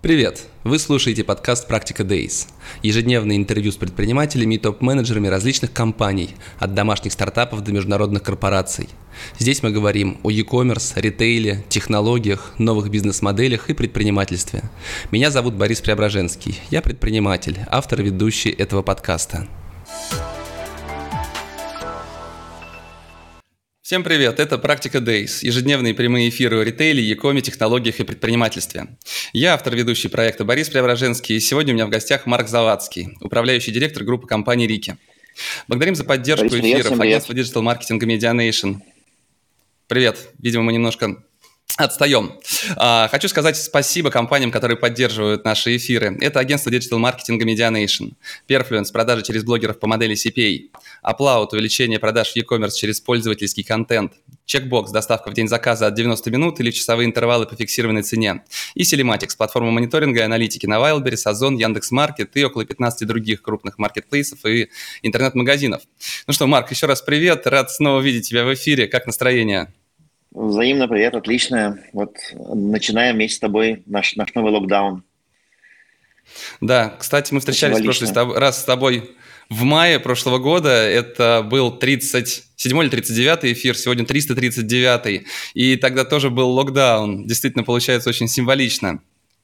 Привет! Вы слушаете подкаст «Практика Days». Ежедневное интервью с предпринимателями и топ-менеджерами различных компаний, от домашних стартапов до международных корпораций. Здесь мы говорим о e-commerce, ритейле, технологиях, новых бизнес-моделях и предпринимательстве. Меня зовут Борис Преображенский. Я предприниматель, автор и ведущий этого подкаста. Всем привет, это «Практика Days», ежедневные прямые эфиры о ритейле, e-коме, технологиях и предпринимательстве. Я автор-ведущий проекта Борис Преображенский, и сегодня у меня в гостях Марк Завадский, управляющий директор группы компаний «Рики». Благодарим за поддержку Борис, эфиров агентства Digital Marketing Medianation. Привет, видимо, мы немножко отстаем. Хочу сказать спасибо компаниям, которые поддерживают наши эфиры. Это агентство Digital Marketing Medianation, Perfluence, продажи через блогеров по модели CPA, Upload, увеличение продаж в e-commerce через пользовательский контент, Checkbox, доставка в день заказа от 90 минут или в часовые интервалы по фиксированной цене, и Telematics, платформа мониторинга и аналитики на Wildberries, Озон, Яндекс.Маркет и около 15 других крупных маркетплейсов и интернет-магазинов. Ну что, Марк, еще раз привет, рад снова видеть тебя в эфире. Как настроение? Взаимно привет, отлично. Вот начинаем вместе с тобой наш новый локдаун. Да, кстати, мы встречались в прошлый раз с тобой в мае прошлого года. Это был 37-й или 39-й эфир, сегодня 339-й. И тогда тоже был локдаун. Действительно, получается очень символично.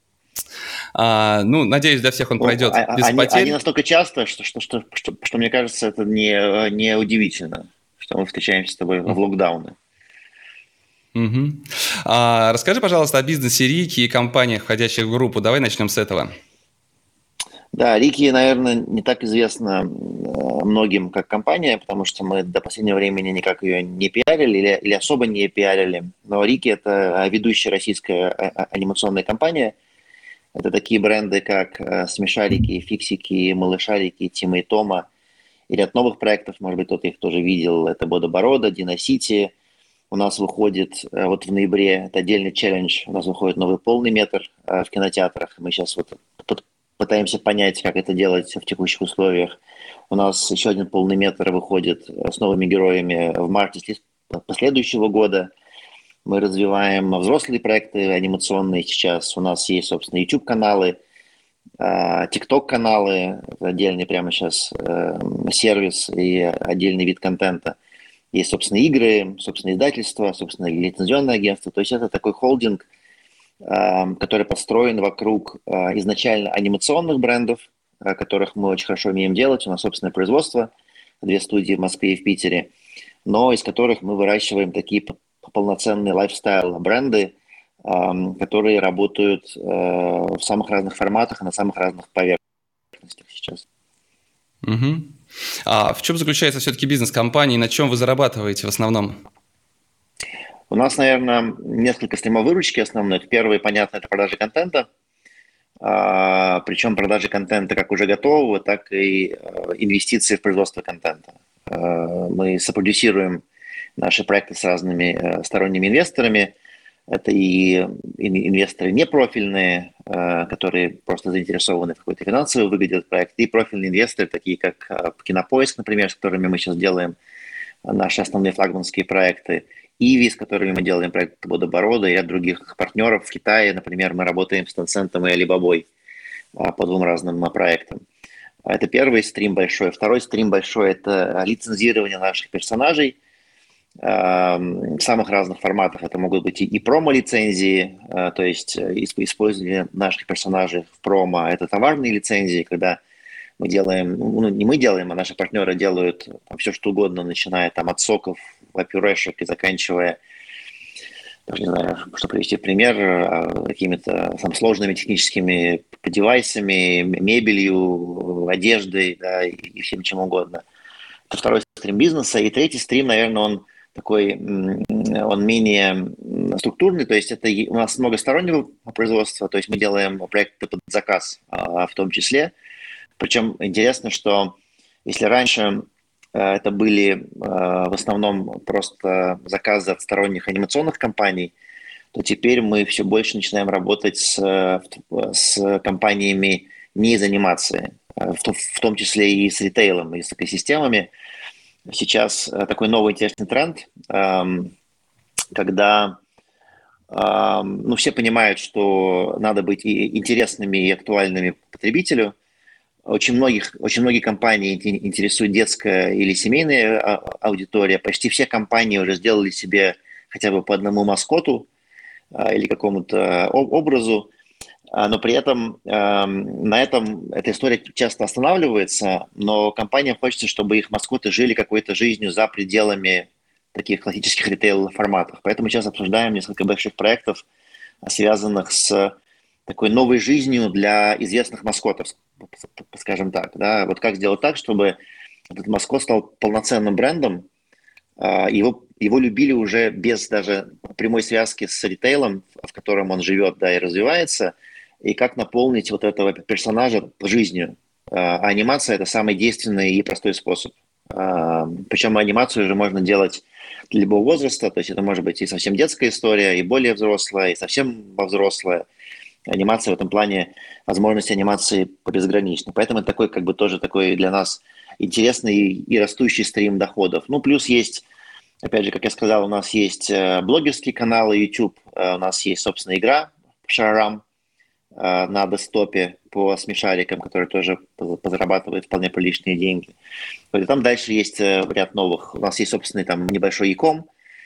Надеюсь, для всех он пройдет без потерь. Они настолько часто, что мне кажется, это не удивительно, что мы встречаемся с тобой в локдауны. Угу. Расскажи, пожалуйста, о бизнесе Рики и компаниях, входящих в группу. Давай начнем с этого. Да, Рики, наверное, не так известна многим как компания, потому что мы до последнего времени никак ее не пиарили или особо не пиарили. Но Рики – это ведущая российская анимационная компания. Это такие бренды, как Смешарики, Фиксики, Малышарики, Тима и Тома. И ряд новых проектов, может быть, кто-то их тоже видел. Это Бодо-Борода, Диносити. У нас выходит вот в ноябре, это отдельный челлендж, у нас выходит новый полный метр в кинотеатрах. Мы сейчас вот пытаемся понять, как это делать в текущих условиях. У нас еще один полный метр выходит с новыми героями в марте последующего года. Мы развиваем взрослые проекты анимационные сейчас. У нас есть, собственно, YouTube-каналы, TikTok-каналы, отдельный прямо сейчас сервис и отдельный вид контента. Есть, собственно, игры, собственно, издательство, собственно, лицензионное агентство. То есть это такой холдинг, который построен вокруг изначально анимационных брендов, которых мы очень хорошо умеем делать. У нас собственное производство, 2 студии в Москве и в Питере, но из которых мы выращиваем такие полноценные лайфстайл-бренды, которые работают в самых разных форматах и на самых разных поверхностях сейчас. Угу. А в чем заключается все-таки бизнес компании, на чем вы зарабатываете в основном? У нас, наверное, несколько стримов выручки основных. Первый, понятно, это продажи контента. Причем продажи контента как уже готового, так и инвестиции в производство контента. Мы сопродюсируем наши проекты с разными сторонними инвесторами. Это и инвесторы непрофильные, которые просто заинтересованы в какой-то финансовой выгоде от проекта, и профильные инвесторы, такие как Кинопоиск, например, с которыми мы сейчас делаем наши основные флагманские проекты, Иви, с которыми мы делаем проект Бодо-Борода, и ряд других партнеров. В Китае, например, мы работаем с Tencent и Alibaba по 2 разным проектам. Это первый стрим большой. Второй стрим большой – это лицензирование наших персонажей в самых разных форматах. Это могут быть и промо-лицензии, то есть использование наших персонажей в промо. Это товарные лицензии, когда мы делаем, не мы делаем, а наши партнеры делают все, что угодно, начиная от соков, пюрешек и заканчивая, даже не знаю, что привести в пример, какими-то сложными техническими девайсами, мебелью, одеждой, да, и всем чем угодно. Это второй стрим бизнеса. И третий стрим, наверное, он менее структурный, то есть это у нас многостороннего производства, то есть мы делаем проекты под заказ в том числе. Причем интересно, что если раньше это были в основном просто заказы от сторонних анимационных компаний, то теперь мы все больше начинаем работать с компаниями не из анимации, в том числе и с ритейлом, и с экосистемами. Сейчас такой новый интересный тренд, когда Ну, все понимают, что надо быть и интересными, и актуальными потребителю. Очень многие компании интересует детская или семейная аудитория. Почти все компании уже сделали себе хотя бы по одному маскоту или какому-то образу. Но при этом на этом эта история часто останавливается, но компаниям хочется, чтобы их маскоты жили какой-то жизнью за пределами таких классических ритейл-форматов. Поэтому сейчас обсуждаем несколько больших проектов, связанных с такой новой жизнью для известных маскотов, скажем так. Да? Вот как сделать так, чтобы этот маскот стал полноценным брендом, его любили уже без даже прямой связки с ритейлом, в котором он живет, да, и развивается, и как наполнить вот этого персонажа жизнью. А анимация – это самый действенный и простой способ. Причем анимацию уже можно делать для любого возраста, то есть это может быть и совсем детская история, и более взрослая, и совсем взрослая. Анимация в этом плане, возможности анимации безграничны. Поэтому это такой, как бы тоже такой для нас интересный и растущий стрим доходов. Ну, плюс есть, опять же, как я сказал, у нас есть блогерские каналы YouTube, у нас есть, собственно, игра Шарам на десктопе по смешарикам, которая тоже зарабатывает вполне приличные деньги. И там дальше есть ряд новых. У нас есть собственный там небольшой e-com.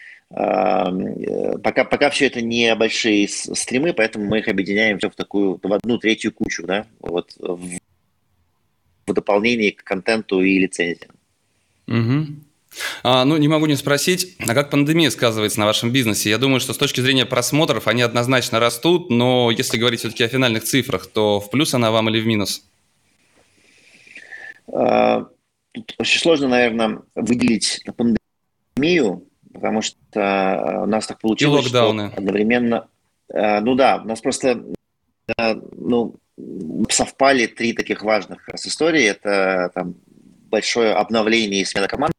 Пока все это не большие стримы, поэтому мы их объединяем все в одну третью кучу, да, вот в дополнение к контенту и лицензиям. Угу. Ну, не могу не спросить, а как пандемия сказывается на вашем бизнесе? Я думаю, что с точки зрения просмотров они однозначно растут, но если говорить все-таки о финальных цифрах, то в плюс она вам или в минус? Тут очень сложно, наверное, выделить пандемию, потому что у нас так И получилось, что локдауны. одновременно, ну да, у нас просто ну, совпали три таких важных как раз истории. Это там большое обновление и смена команды,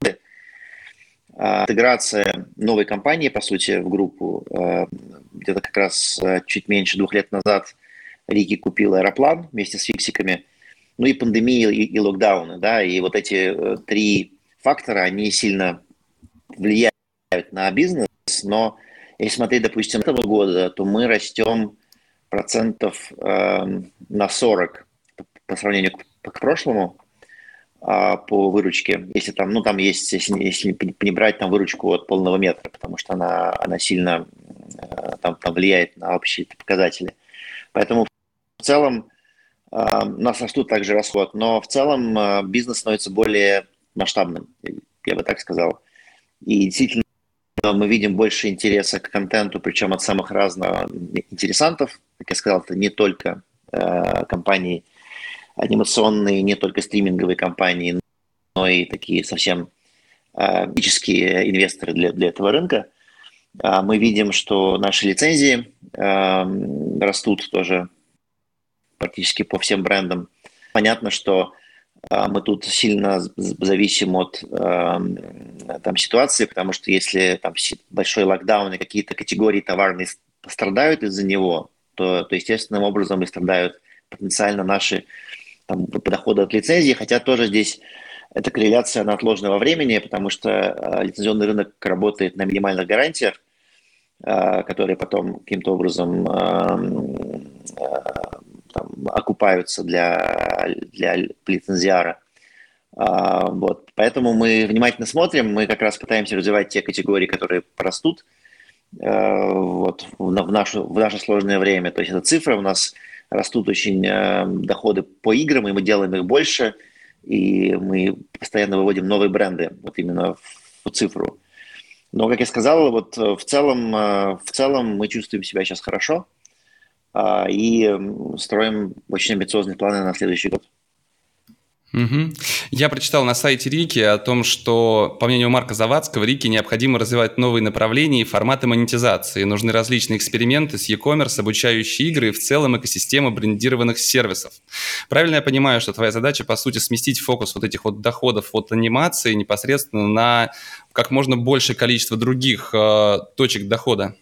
интеграция новой компании, по сути, в группу. Где-то как раз чуть меньше 2 лет назад Рики купил Аэроплан вместе с фиксиками. Ну и пандемия, и локдауны, да, и вот эти три фактора, они сильно влияют на бизнес, но если смотреть, допустим, этого года, то мы растем процентов на 40 по сравнению к прошлому по выручке. Если там, ну там есть, если не брать там выручку от полного метра, потому что она сильно там влияет на общие показатели. Поэтому в целом у нас растут также расход, но в целом бизнес становится более масштабным, я бы так сказал. И действительно мы видим больше интереса к контенту, причем от самых разных интересантов. Как я сказал, это не только компании анимационные, не только стриминговые компании, но и такие совсем физические инвесторы для этого рынка. Мы видим, что наши лицензии растут тоже практически по всем брендам. Понятно, что мы тут сильно зависим от там, ситуации, потому что если там большой локдаун и какие-то категории товарные пострадают из-за него, то естественным образом и страдают потенциально наши там, доходы от лицензии, хотя тоже здесь это корреляция на отложенного времени, потому что лицензионный рынок работает на минимальных гарантиях, которые потом каким-то образом там, окупаются для лицензиара. Вот. Поэтому мы внимательно смотрим, мы как раз пытаемся развивать те категории, которые порастут вот, в наше сложное время. То есть это цифра, у нас растут очень доходы по играм, и мы делаем их больше, и мы постоянно выводим новые бренды вот именно в цифру. Но, как я сказал, вот в целом мы чувствуем себя сейчас хорошо и строим очень амбициозные планы на следующий год. Угу. Я прочитал на сайте Рики о том, что, по мнению Марка Завадского, Рики необходимо развивать новые направления и форматы монетизации. Нужны различные эксперименты с e-commerce, обучающие игры и в целом экосистема брендированных сервисов. Правильно я понимаю, что твоя задача, по сути, сместить фокус вот этих вот доходов от анимации непосредственно на как можно большее количество других точек дохода?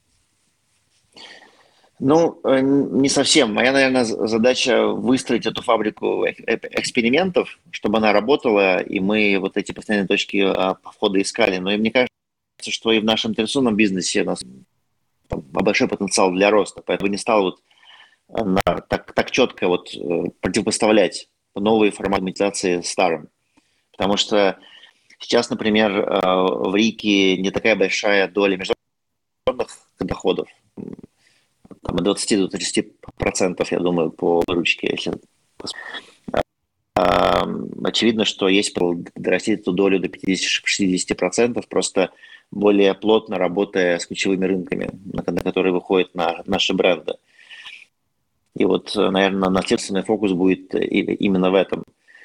Ну, не совсем. Моя, наверное, задача выстроить эту фабрику экспериментов, чтобы она работала, и мы вот эти постоянные точки входа искали. Но и мне кажется, что и в нашем традиционном бизнесе у нас большой потенциал для роста. Поэтому не стал вот так четко вот противопоставлять новые форматы монетизации старым. Потому что сейчас, например, в Рике не такая большая доля международных доходов. Там, от 20 до 30%, я думаю, по выручке. Если... Очевидно, что есть дорастить эту долю до 50-60%, просто более плотно работая с ключевыми рынками, на которые выходят наши бренды. И вот, наверное, наследственный фокус будет именно в этом.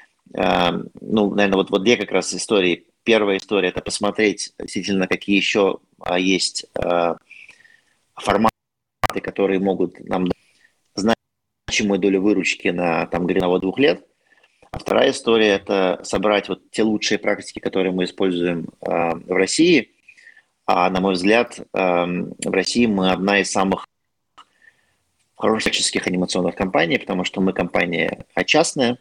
Ну, наверное, вот две как раз истории. Первая история – это посмотреть действительно, какие еще есть форматы, которые могут нам дать значимую долю выручки на горизонте 2 лет. А вторая история – это собрать вот те лучшие практики, которые мы используем в России. А на мой взгляд, в России мы одна из самых хороших всяческих анимационных компаний, потому что мы компания частная,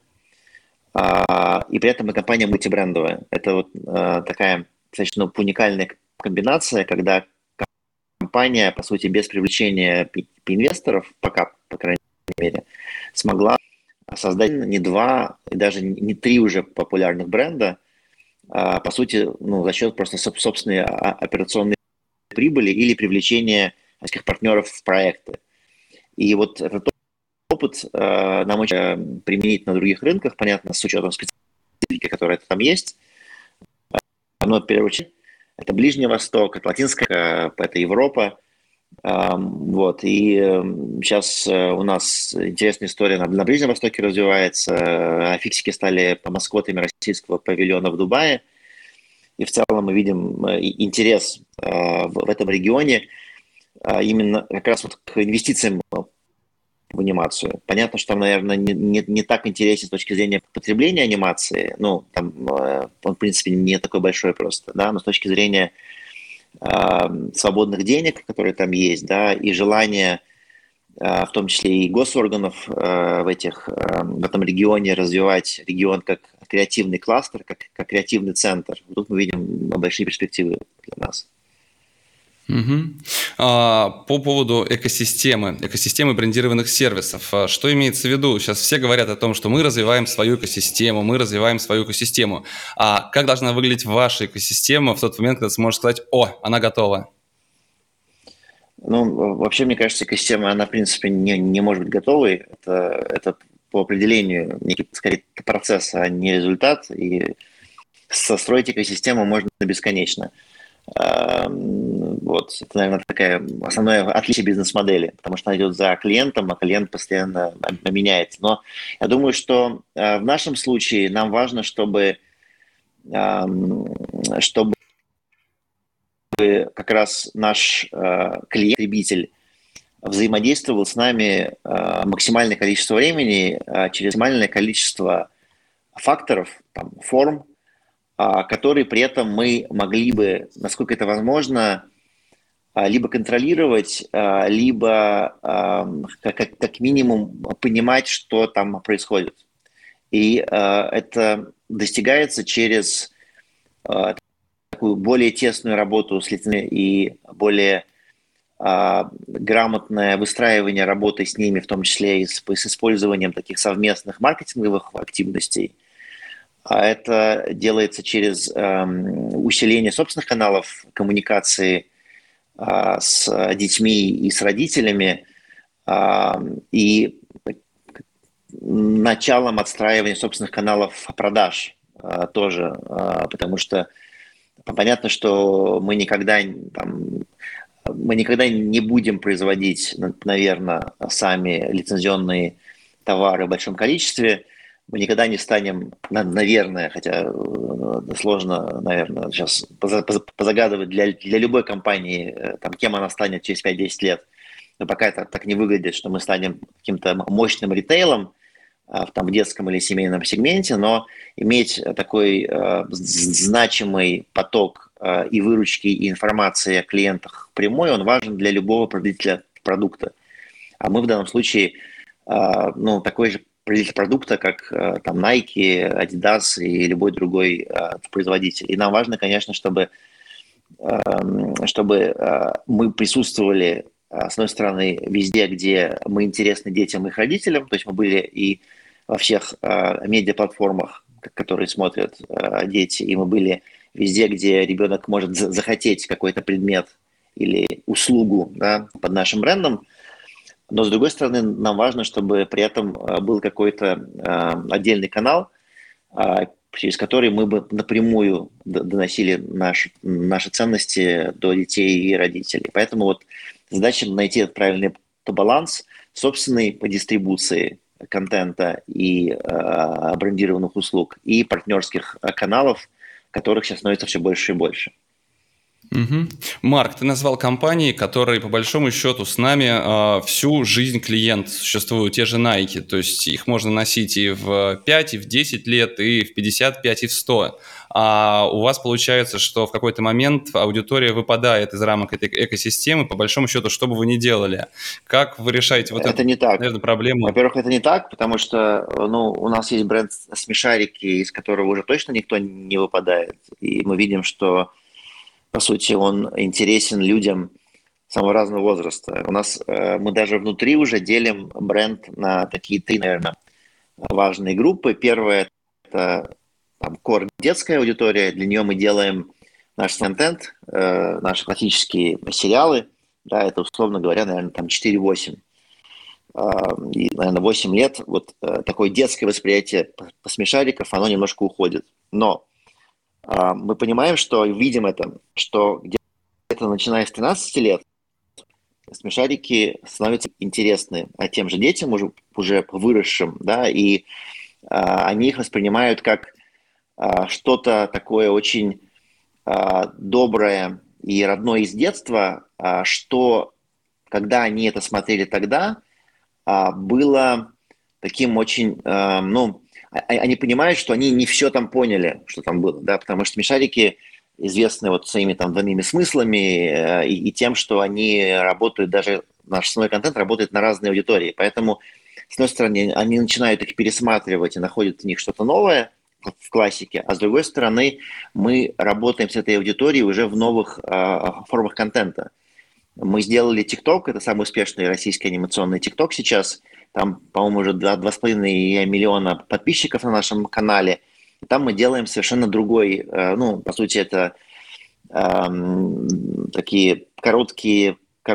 и при этом мы компания мультибрендовая. Это вот такая достаточно уникальная комбинация, когда компания, по сути, без привлечения инвесторов, пока, по крайней мере, смогла создать не 2, и даже не 3 уже популярных бренда, по сути, ну, за счет просто собственной операционной прибыли или привлечения партнеров в проекты. И вот этот опыт нам очень применить на других рынках, понятно, с учетом специфики, которая там есть. Но, в первую очередь, это Ближний Восток, это Латинская, это Европа. Вот. И сейчас у нас интересная история на Ближнем Востоке развивается. Фиксики стали маскотами российского павильона в Дубае. И в целом мы видим интерес в этом регионе именно как раз вот к инвестициям в анимацию. Понятно, что там, наверное, не так интересен с точки зрения потребления анимации. Ну, там он, в принципе, не такой большой просто, да, но с точки зрения свободных денег, которые там есть, да, и желания, в том числе и госорганов в этом регионе развивать регион как креативный кластер, как креативный центр. Тут мы видим большие перспективы для нас. Угу. По поводу экосистемы брендированных сервисов. Что имеется в виду? Сейчас все говорят о том, что мы развиваем свою экосистему. А как должна выглядеть ваша экосистема в тот момент, когда ты сможешь сказать: «О, она готова»? Ну, вообще, мне кажется, экосистема, она, в принципе, не может быть готовой. Это по определению некий, скорее, процесс, а не результат. И состроить экосистему можно бесконечно. Вот. Это, наверное, такое основное отличие бизнес-модели, потому что она идет за клиентом, а клиент постоянно меняется. Но я думаю, что в нашем случае нам важно, чтобы как раз наш клиент-потребитель взаимодействовал с нами максимальное количество времени через максимальное количество факторов, там, форм, которые при этом мы могли бы, насколько это возможно, либо контролировать, либо как минимум понимать, что там происходит. И это достигается через такую более тесную работу с лицами и более грамотное выстраивание работы с ними, в том числе и с использованием таких совместных маркетинговых активностей. А это делается через усиление собственных каналов коммуникации с детьми и с родителями, и началом отстраивания собственных каналов продаж тоже, потому что понятно, что мы никогда не будем производить, наверное, сами лицензионные товары в большом количестве. Мы никогда не станем, наверное, хотя сложно, наверное, сейчас позагадывать для любой компании, там, кем она станет через 5-10 лет. Но пока это так не выглядит, что мы станем каким-то мощным ритейлом в детском или семейном сегменте, но иметь такой значимый поток и выручки, и информации о клиентах прямой, он важен для любого производителя продукта. А мы в данном случае такой же производитель продукта, как там Nike, Adidas и любой другой производитель. И нам важно, конечно, чтобы мы присутствовали с одной стороны, везде, где мы интересны детям и их родителям, то есть мы были и во всех медиаплатформах, которые смотрят дети, и мы были везде, где ребенок может захотеть какой-то предмет или услугу, да, под нашим брендом. Но, с другой стороны, нам важно, чтобы при этом был какой-то отдельный канал, через который мы бы напрямую доносили наши ценности до детей и родителей. Поэтому вот задача найти этот правильный баланс собственной по дистрибуции контента и брендированных услуг и партнерских каналов, которых сейчас становится все больше и больше. Угу. Марк, ты назвал компании, которые по большому счету с нами всю жизнь клиент существуют, те же Nike, то есть их можно носить и в 5, и в 10 лет, и в 55, и в 100. А у вас получается, что в какой-то момент аудитория выпадает из рамок этой экосистемы, по большому счету, что бы вы ни делали. Как вы решаете вот эту, не так. наверное, проблему? Во-первых, это не так, потому что у нас есть бренд «Смешарики», из которого уже точно никто не выпадает, и мы видим, что по сути, он интересен людям самого разного возраста. У нас мы даже внутри уже делим бренд на такие три, наверное, важные группы. Первая – это core детская аудитория. Для нее мы делаем наш контент, наши классические сериалы. Да, это, условно говоря, наверное, там 4-8. И, наверное, 8 лет вот такое детское восприятие смешариков, оно немножко уходит. Но мы понимаем, что видим это, что где-то начиная с 13 лет смешарики становятся интересны тем же детям, уже выросшим, да, и они их воспринимают как что-то такое очень доброе и родное из детства, что, когда они это смотрели тогда, было таким очень, они понимают, что они не все там поняли, что там было, да, потому что смешарики известны вот своими там двойными смыслами и тем, что они работают, даже наш основной контент работает на разные аудитории. Поэтому, с одной стороны, они начинают их пересматривать и находят в них что-то новое в классике, а с другой стороны, мы работаем с этой аудиторией уже в новых формах контента. Мы сделали TikTok, это самый успешный российский анимационный TikTok сейчас. Там, по-моему, уже 2,5 миллиона подписчиков на нашем канале. И там мы делаем совершенно другой, по сути, это такие короткие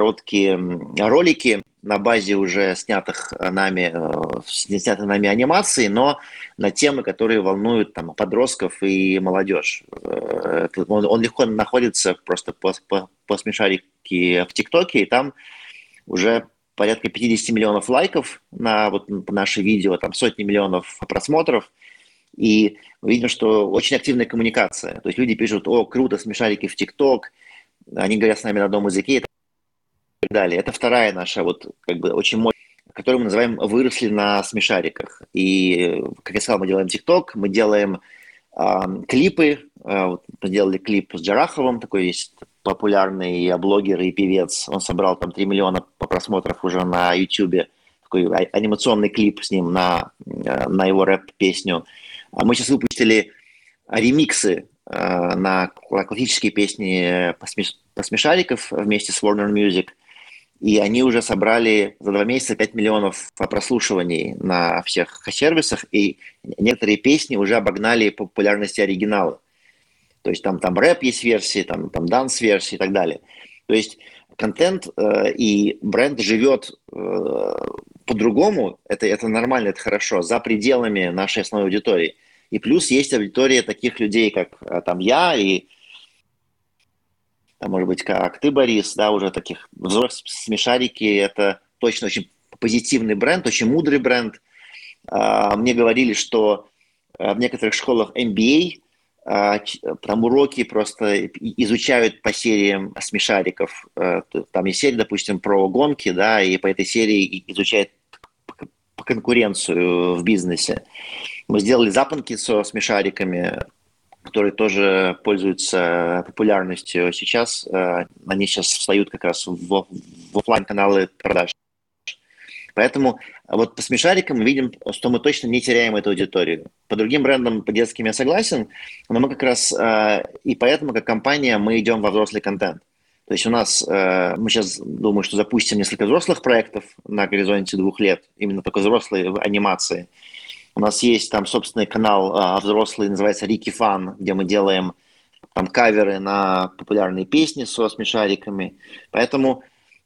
ролики на базе уже снятых нами анимаций, но на темы, которые волнуют там подростков и молодежь. Он легко находится просто по смешарике в ТикТоке, и там уже порядка 50 миллионов лайков на вот наши видео, там сотни миллионов просмотров. И мы видим, что очень активная коммуникация. То есть люди пишут: «О, круто, смешарики в ТикТок», они говорят с нами на одном языке и так далее. Это вторая наша вот как бы очень мощная, которую мы называем «выросли на смешариках». И, как я сказал, мы делаем ТикТок, мы делаем клипы. Мы делали клип с Джараховым, такой есть популярный блогер и певец. Он собрал там 3 миллиона просмотров уже на YouTube. Такой анимационный клип с ним на его рэп-песню. Мы сейчас выпустили ремиксы на классические песни посмешариков вместе с Warner Music. И они уже собрали за 2 месяца 5 миллионов прослушиваний на всех сервисах. И некоторые песни уже обогнали по популярности оригинала. То есть там рэп есть версии, там данс-версии и так далее. То есть контент и бренд живет по-другому. Это нормально, это хорошо, за пределами нашей основной аудитории. И плюс есть аудитория таких людей, как там я и, может быть, как ты, Борис, да, уже таких взрослых смешарики. Это точно очень позитивный бренд, очень мудрый бренд. Мне говорили, что в некоторых школах MBA там уроки просто изучают по сериям смешариков. Там есть серия, допустим, про гонки, да, и по этой серии изучают конкуренцию в бизнесе. Мы сделали запонки со смешариками, которые тоже пользуются популярностью сейчас. Они сейчас встают как раз в офлайн-каналы продаж. Поэтому вот по смешарикам мы видим, что мы точно не теряем эту аудиторию. По другим брендам, по детским я согласен, но мы как раз и поэтому, как компания, мы идем во взрослый контент. То есть у нас, мы сейчас, думаю, что запустим несколько взрослых проектов на горизонте 2 лет, именно только взрослые в анимации. У нас есть там собственный канал взрослый, называется Рики Фан, где мы делаем там каверы на популярные песни со смешариками. Поэтому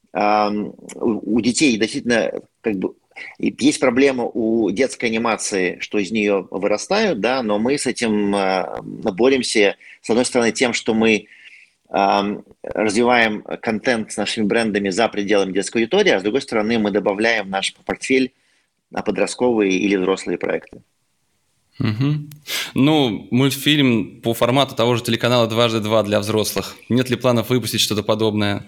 у детей действительно как бы есть проблема у детской анимации, что из нее вырастают, да, но мы с этим боремся, с одной стороны, тем, что мы развиваем контент с нашими брендами за пределами детской аудитории, а с другой стороны, мы добавляем в наш портфель на подростковые или взрослые проекты. Угу. Ну, мультфильм по формату того же телеканала «Дважды два» для взрослых. Нет ли планов выпустить что-то подобное?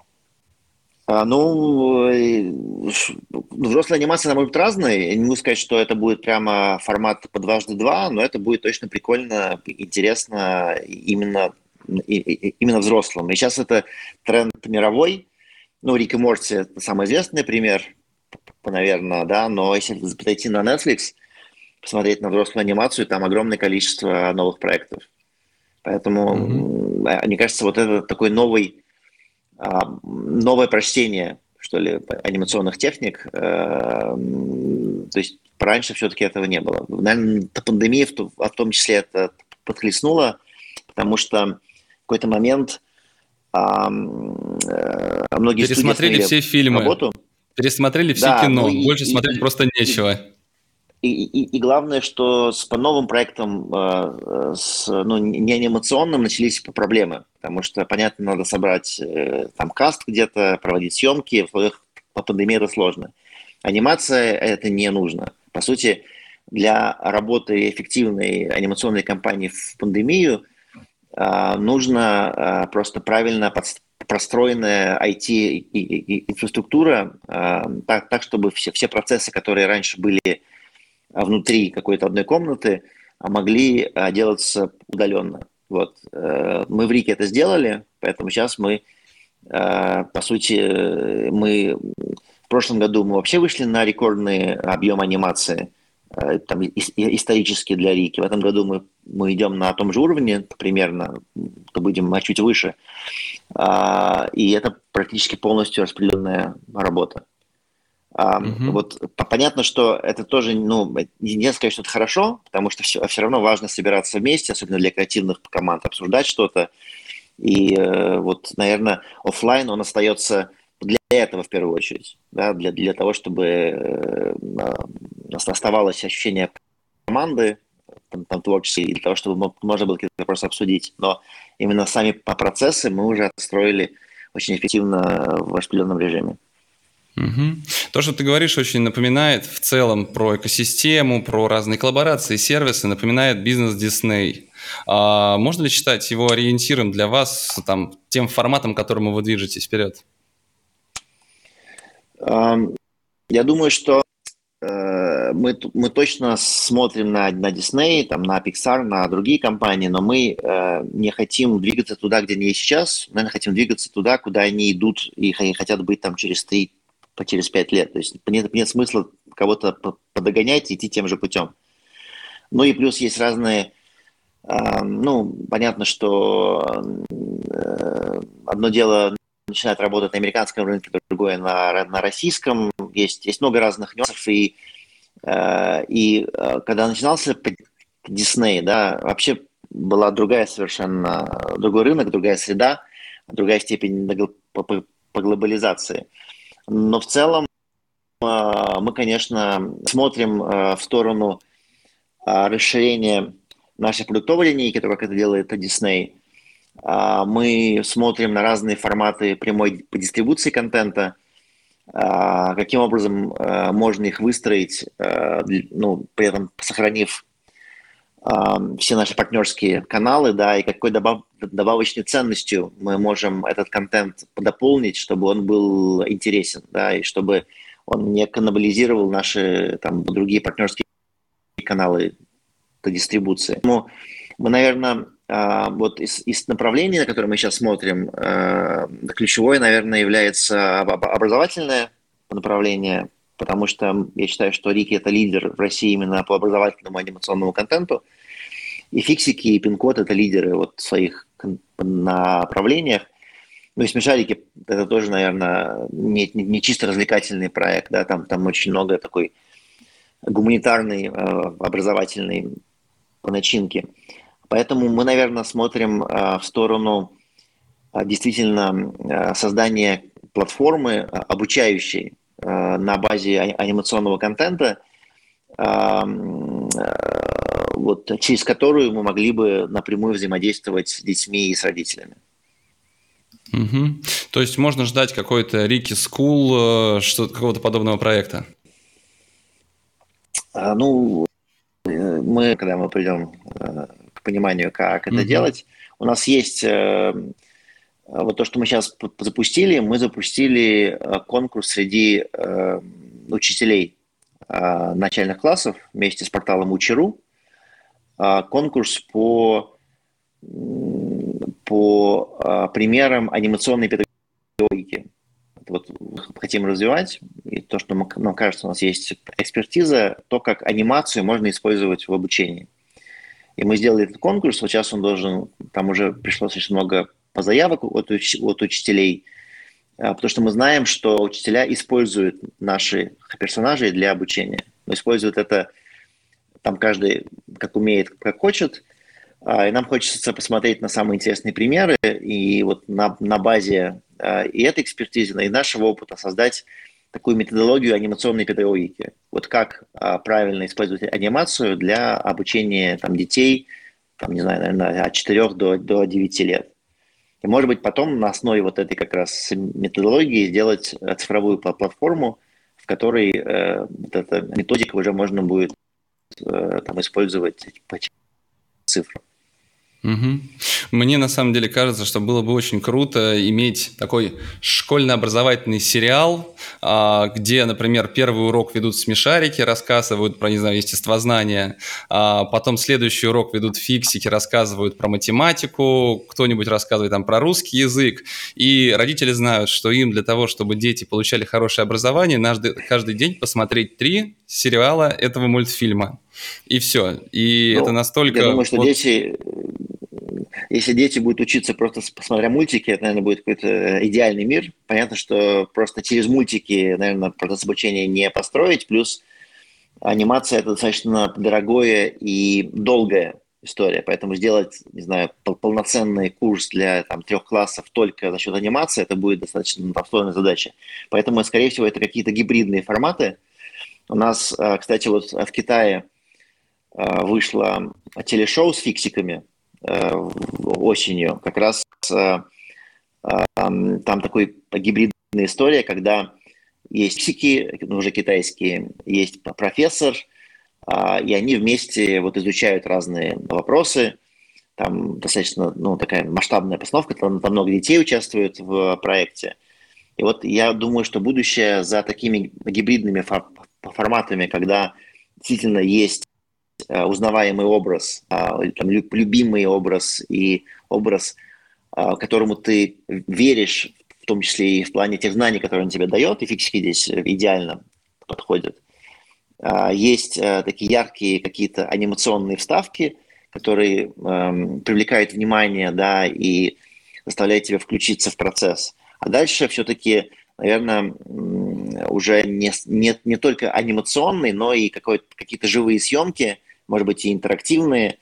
Взрослая анимация, она может быть разной. Я не могу сказать, что это будет прямо формат по «Дважды два», но это будет точно прикольно, интересно именно взрослым. И сейчас это тренд мировой. Ну, Рик и Морти – это самый известный пример, наверное, да, но если подойти на Netflix, посмотреть на взрослую анимацию, там огромное количество новых проектов. Поэтому, мне кажется, вот это такой новое прочтение, что ли, анимационных техник. То есть раньше все-таки этого не было. Наверное, пандемия в том числе это подхлестнула, потому что в какой-то момент многие студии Пересмотрели все фильмы, работу. пересмотрели все Да, ну кино. Больше смотреть просто нечего. и главное, что по новым проектам, не анимационным, начались проблемы, потому что, понятно, надо собрать там каст где-то, проводить съемки, в условиях по пандемии это сложно. Анимация это не нужно. По сути, для работы эффективной анимационной компании в пандемию нужно просто правильно простроенная IT-инфраструктура, так, чтобы все процессы, которые раньше были внутри какой-то одной комнаты, могли делаться удаленно. Вот. Мы в Рике это сделали, поэтому сейчас мы, по сути, в прошлом году мы вообще вышли на рекордный объем анимации, там, исторически для Рики. В этом году мы идем на том же уровне примерно, то будем чуть выше. И это практически полностью распределенная работа. Вот понятно, что это тоже, нельзя сказать, что это хорошо, потому что все равно важно собираться вместе, особенно для креативных команд, обсуждать что-то. И вот, наверное, офлайн он остается для этого в первую очередь, да, для того, чтобы оставалось ощущение команды, там творческой, и для того, чтобы можно было какие-то вопросы обсудить. Но именно сами процессы мы уже отстроили очень эффективно в распределенном режиме. То, что ты говоришь, очень напоминает в целом про экосистему, про разные коллаборации, сервисы, напоминает бизнес Disney. Можно ли считать его ориентиром для вас, тем форматом, к которому вы движетесь вперед? Я думаю, что мы точно смотрим на Disney, на Pixar, на другие компании, но мы не хотим двигаться туда, где они есть сейчас. Наверное, хотим двигаться туда, куда они идут и хотят быть там через 5 лет. То есть нет смысла кого-то подогонять и идти тем же путем. Ну и плюс есть разные... понятно, что одно дело начинает работать на американском рынке, другое на российском. Есть много разных нюансов. И когда начинался Disney, да, вообще была совершенно другой рынок, другая среда, другая степень по глобализации. Но в целом мы, конечно, смотрим в сторону расширения нашей продуктовой линейки, как это делает Disney. Мы смотрим на разные форматы прямой дистрибуции контента, каким образом можно их выстроить, при этом сохранив все наши партнерские каналы, да, и какой добавочной ценностью мы можем этот контент дополнить, чтобы он был интересен, да, и чтобы он не каннибализировал наши другие партнерские каналы по дистрибуции. Мы, наверное, вот из направлений, на которые мы сейчас смотрим, ключевое, наверное, является образовательное направление, потому что я считаю, что Рики – это лидер в России именно по образовательному анимационному контенту, и Фиксики, и Пин-код – это лидеры в своих направлениях. Ну и смешарики, это тоже, наверное, не чисто развлекательный проект, да, там очень много такой гуманитарной, образовательной начинки. Поэтому мы, наверное, смотрим в сторону действительно создания платформы обучающей на базе анимационного контента, вот, через которую мы могли бы напрямую взаимодействовать с детьми и с родителями. Угу. То есть можно ждать какой-то Рики Скул, какого-то подобного проекта? Ну, когда мы придем к пониманию, как это делать, у нас есть вот то, что мы сейчас запустили, мы запустили конкурс среди учителей начальных классов вместе с порталом Учи.ру, конкурс по примерам анимационной педагогики. Вот хотим развивать, и то, что нам кажется, у нас есть экспертиза, то, как анимацию можно использовать в обучении. И мы сделали этот конкурс, вот сейчас он должен, там уже пришло очень много заявок от учителей, потому что мы знаем, что учителя используют наших персонажей для обучения. Но используют это там каждый как умеет, как хочет. И нам хочется посмотреть на самые интересные примеры и вот на базе и этой экспертизы, и нашего опыта создать такую методологию анимационной педагогики. Вот как правильно использовать анимацию для обучения там, детей, там, не знаю, наверное, от 4 до 9 лет. И, может быть, потом на основе вот этой как раз методологии сделать цифровую платформу, в которой вот эта методика уже можно будет там, использовать по цифрам. Угу. Мне на самом деле кажется, что было бы очень круто иметь такой школьно-образовательный сериал, где, например, первый урок ведут смешарики, рассказывают про, не знаю, естествознание, потом следующий урок ведут фиксики, рассказывают про математику, кто-нибудь рассказывает там про русский язык, и родители знают, что им для того, чтобы дети получали хорошее образование, надо каждый день посмотреть 3 сериала этого мультфильма. И все. И это настолько... Я думаю, что если дети будут учиться просто посмотря мультики, это, наверное, будет какой-то идеальный мир. Понятно, что просто через мультики, наверное, процесс обучения не построить. Плюс анимация – это достаточно дорогое и долгая история. Поэтому сделать, не знаю, полноценный курс для 3 классов только за счет анимации – это будет достаточно сложная задача. Поэтому, скорее всего, это какие-то гибридные форматы. У нас, кстати, вот в Китае вышло телешоу с фиксиками осенью. Как раз там такой гибридная история, когда есть фиксики, уже китайские, есть профессор, и они вместе вот изучают разные вопросы. Там достаточно такая масштабная постановка, там много детей участвуют в проекте. И вот я думаю, что будущее за такими гибридными форматами, когда действительно есть узнаваемый образ, там, любимый образ и образ, которому ты веришь, в том числе и в плане тех знаний, которые он тебе дает, и фиксики здесь идеально подходят. Есть такие яркие какие-то анимационные вставки, которые привлекают внимание, да, и заставляют тебя включиться в процесс. А дальше все-таки, наверное, уже не только анимационные, но и какие-то живые съемки, может быть, и интерактивные,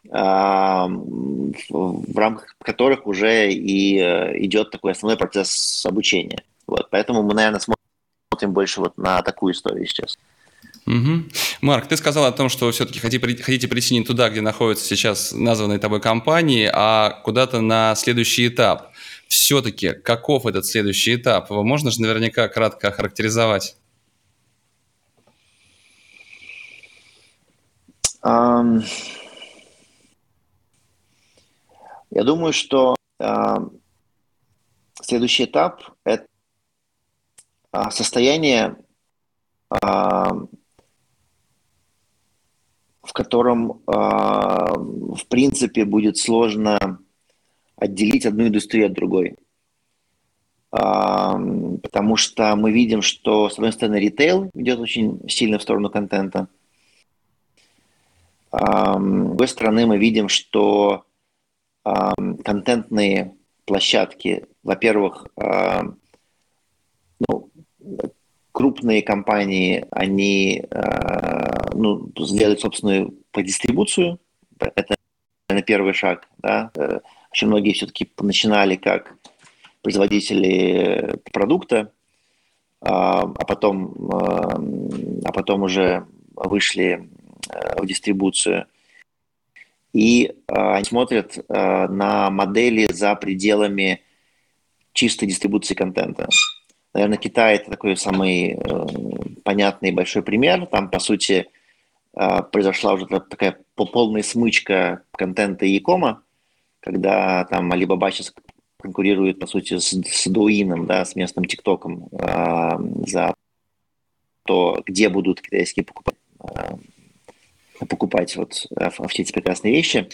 в рамках которых уже и идет такой основной процесс обучения. Вот. Поэтому мы, наверное, смотрим больше вот на такую историю сейчас. Угу. Марк, ты сказал о том, что вы все-таки хотите прийти не туда, где находятся сейчас названные тобой компании, а куда-то на следующий этап. Все-таки каков этот следующий этап? Его можно же наверняка кратко охарактеризовать? Я думаю, что следующий этап – это состояние, в котором, в принципе, будет сложно отделить одну индустрию от другой. Потому что мы видим, что, с одной стороны, ритейл идет очень сильно в сторону контента. С другой стороны, мы видим, что контентные площадки. Во-первых, ну, крупные компании, они сделают собственную дистрибуцию. Это, наверное, первый шаг. Да? Очень многие все-таки начинали как производители продукта, а потом уже вышли в дистрибуцию. И они смотрят на модели за пределами чистой дистрибуции контента. Наверное, Китай – это такой самый понятный большой пример. Там, по сути, произошла уже такая полная смычка контента и e-кома, когда там Alibaba сейчас конкурирует, по сути, с Douyin, да, с местным ТикТоком за то, где будут китайские покупать вот все эти прекрасные вещи.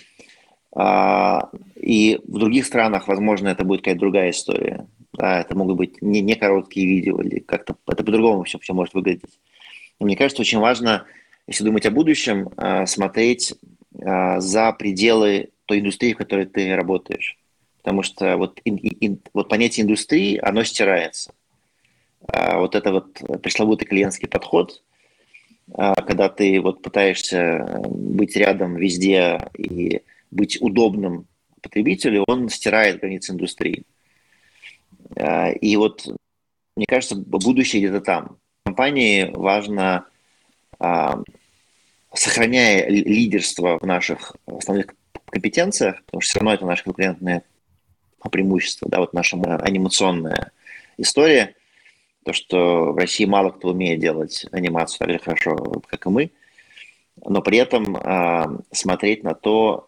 И в других странах, возможно, это будет какая-то другая история. Да, это могут быть не короткие видео, или как-то это по-другому все может выглядеть. Но мне кажется, очень важно, если думать о будущем, смотреть за пределы той индустрии, в которой ты работаешь. Потому что вот понятие индустрии, оно стирается. Вот это вот пресловутый клиентский подход, когда ты вот пытаешься быть рядом везде и быть удобным потребителю, он стирает границы индустрии. И вот, мне кажется, будущее где-то там. Компании важно, сохраняя лидерство в наших основных компетенциях, потому что все равно это наше конкурентное преимущество, да, вот наша анимационная история, то, что в России мало кто умеет делать анимацию так же хорошо, как и мы, но при этом смотреть на то,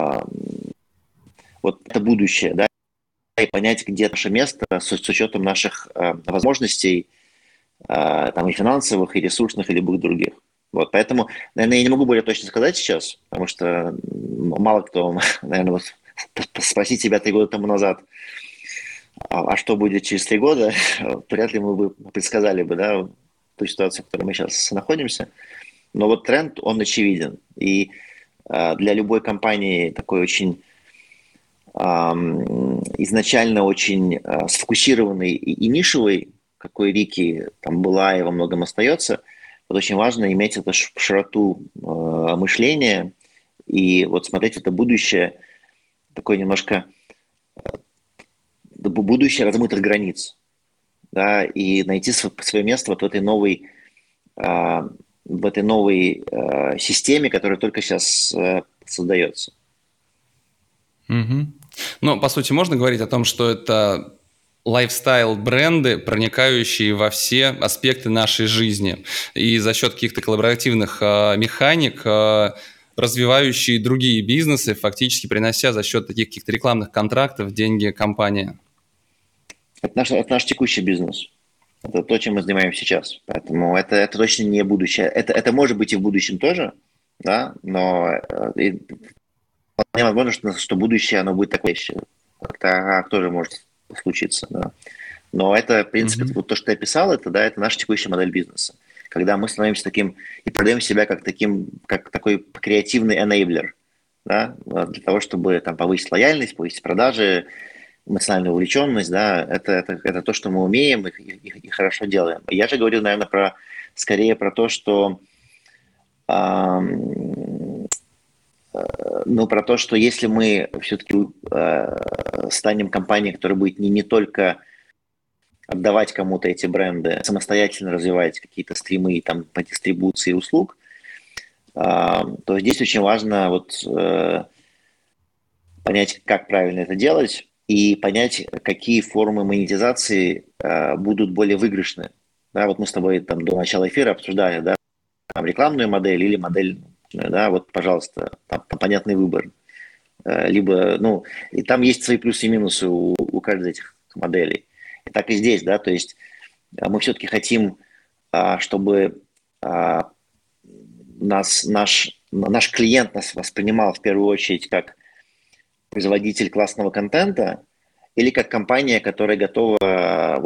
вот это будущее, да, и понять, где наше место с учетом наших возможностей, там и финансовых, и ресурсных, и любых других. Вот, поэтому, наверное, я не могу более точно сказать сейчас, потому что мало кто, наверное, вот спросить себя 3 года тому назад, а что будет через 3 года, вряд ли мы бы предсказали бы, да, ту ситуацию, в которой мы сейчас находимся. Но вот тренд, он очевиден. И для любой компании такой очень изначально очень сфокусированный и нишевый, какой Вики там была и во многом остается, вот очень важно иметь эту широту мышления и вот смотреть в это будущее, такое немножко будущее размытых границ, да, и найти свое место вот в этой новой системе, которая только сейчас создается. Угу. Ну, по сути, можно говорить о том, что это лайфстайл-бренды, проникающие во все аспекты нашей жизни. И за счет каких-то коллаборативных механик развивающие другие бизнесы, фактически принося за счет таких каких-то рекламных контрактов деньги компании. Это наш текущий бизнес. Это то, чем мы занимаемся сейчас. Поэтому это точно не будущее. Это может быть и в будущем тоже, да, но вполне возможно, что будущее оно будет такое еще. Это тоже может случиться, да. Но это, в принципе, вот то, что ты описал, это наша текущая модель бизнеса. Когда мы становимся таким и продаем себя как такой креативный enabler, да, для того, чтобы там повысить лояльность, повысить продажи, эмоциональную увлеченность, да, это то, что мы умеем и хорошо делаем. Я же говорю, наверное, скорее про то, что про то, что если мы все-таки станем компанией, которая будет не только отдавать кому-то эти бренды, самостоятельно развивать какие-то стримы там, по дистрибуции услуг, то здесь очень важно понять, как правильно это делать, и понять, какие формы монетизации будут более выигрышны. Да, вот мы с тобой там до начала эфира обсуждали, да, там, рекламную модель или модель, да, вот, пожалуйста, там понятный выбор. Либо, и там есть свои плюсы и минусы у каждой из этих моделей. И так и здесь, да, то есть мы все-таки хотим, чтобы наш клиент нас воспринимал в первую очередь как производитель классного контента или как компания, которая готова